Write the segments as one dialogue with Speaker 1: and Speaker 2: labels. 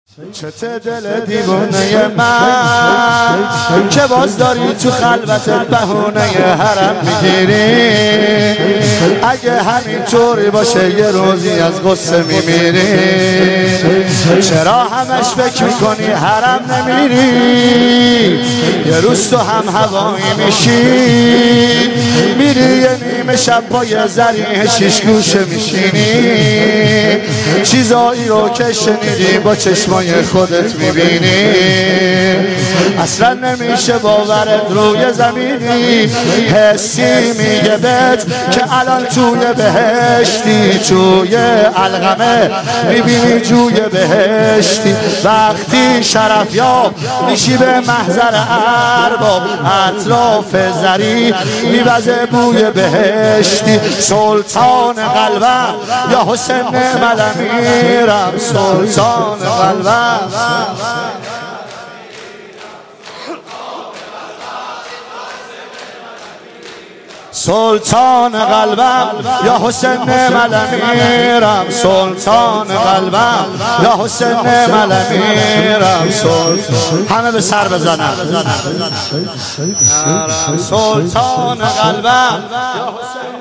Speaker 1: چته دل دیوونه من که باز داری تو خلوتت بهونه حرم میگیری. اگه همینطوری باشه یه روزی از غصه میمیری. چرا همش فکر میکنی حرم نمیری؟ یه روز تو هم هوایی میشی، میری یه نیمه شب با یه زریح شیش گوشه میشینی. چیزایی رو که شنیدی با چشمای خودت میبینی. اصلا نمیشه باورت روی زمینی. حسی میگه بهت که الان توی بهشتی، توی علقمه میبینی جوی بهشتی. وقتی شرف یاب میشی به محضر ارباب، اطراف زری میوزه بوی بهشتی. سلطان قلبم یا حسین نعم امیرم، سلطان قلبم. سلطان قلبم یا حسین نعم امیرم، سلطان قلبم یا حسین نعم امیرم. همه به سر بزنن. سلطان قلبم یا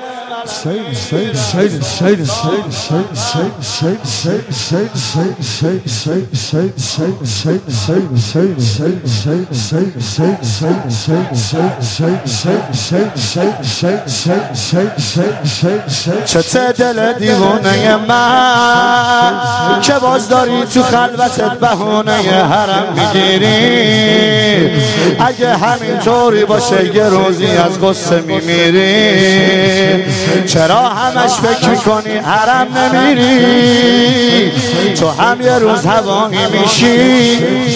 Speaker 1: چته دل دیوونه من که باز داری تو خلوتت بهونه حرم میگیری. اگه همینطوری باشه یه روزی از غصه میمیری. چرا همش فکر میکنی حرم نمیری؟ تو هم یه روز هوایی میشی،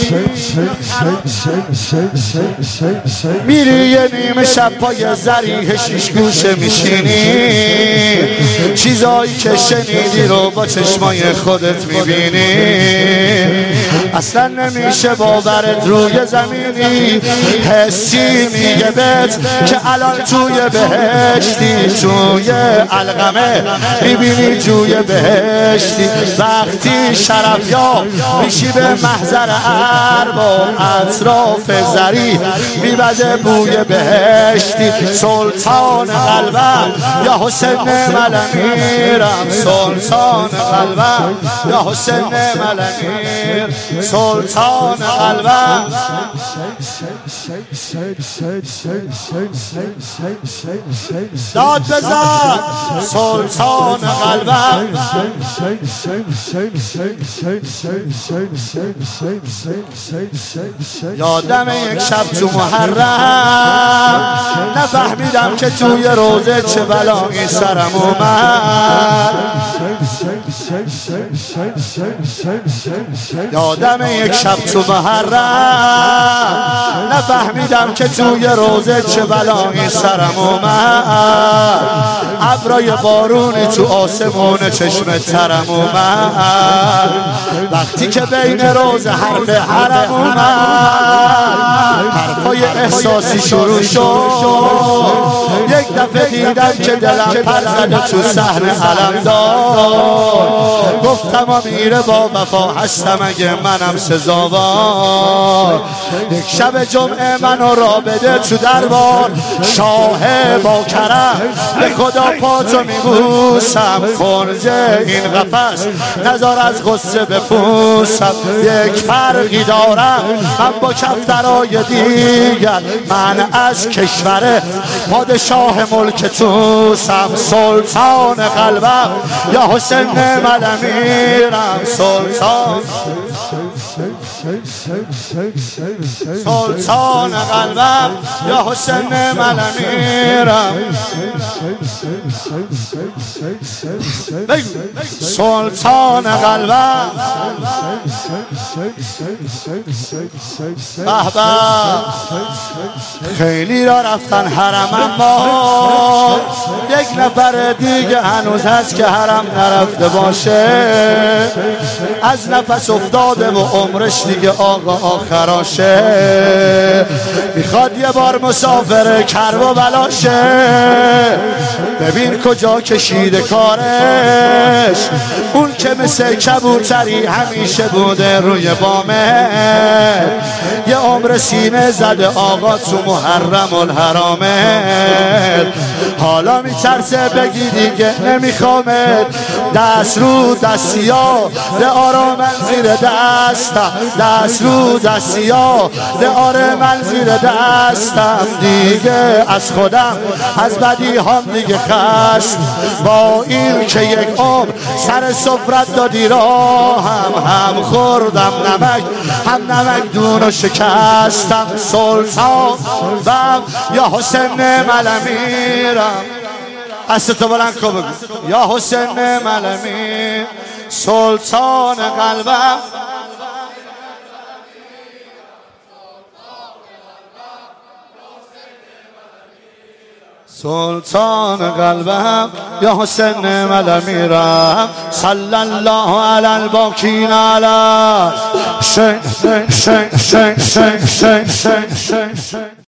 Speaker 1: میری یه نیمه شب پای زریح شیش گوشه میشینی. چیزایی که شنیدی رو با چشمای خودت میبینی. اصلا نمیشه باورت روی زمینی. حسی میگه بهت که الان توی بهشتی، توی علقمه میبینی جوی بهشتی. وقتی شرف یاب میشی به محضر ارباب، اطراف زری میوزه بوی بهشتی. سلطان قلبم یا حسین نعم امیرم، سلطان قلبم یا حسین نعم امیر. سلطان قلبم داد بزن. سلطان قلبم یادم یک شب تو محرم نفهمیدم که توی روزه چه بلایی سرم اومد. یادم یک شب تو محرم نفهمیدم که توی روزه چه بلایی سرم اومد. ابرای بارونی تو آسمون چشم ترم اومد. وقتی که بین روز حرف حرم اومد، حرفای احساسی شروع شد. یک دفعه دیدم که دلم پر زده تو صحنه علمدار. گفتم امیر با وفا هستم اگه منم سزاوار. یک شب جمعه منو را بده تو دربار. شاه با کرم به خدا پاتو میبوسم. خرج این قفس نزار از غصه بپوسم. یک فرقی دارم من با کفترای دیگر، من از کشور پادشاه ملک توسم. سلطان قلبم یا حسین نعم امیرم، سلطان سلطان قلبم یا حسین نعم امیرم. سلطان قلبم خیلی را رفتن حرم، اما یک نفر دیگه هنوز هست که حرم نرفته باشه. از نفس افتاده و عمرش دیگه آقا آخراشه، میخواد یه بار مسافر کرب و بلاشه. ببین کجا کشیده کارش، اون که مثل کبوتری همیشه بوده روی بامه. یه عمر سینه زده آقا تو محرم الحرامه، حالا میترسه بگی دیگه نمیخوامت. دست رو دستیا ده آره من زیر دستم، دست رو دستیا ده آره من زیر دستم. دیگه از خودم از بدی هم دیگه خست، با این که یک عمر سر سفرت دادی را هم خوردم نمک، هم نمک دونو شکستم. سلطان بم یا حسین ملمیرم، دستتو بلند کن بگو یا حسین ملمی، سلطان قلبم. سلطان قلبم یا حسین ملمیرم. صلی الله علی الباکین علی شین شین شین شین شین شین شین.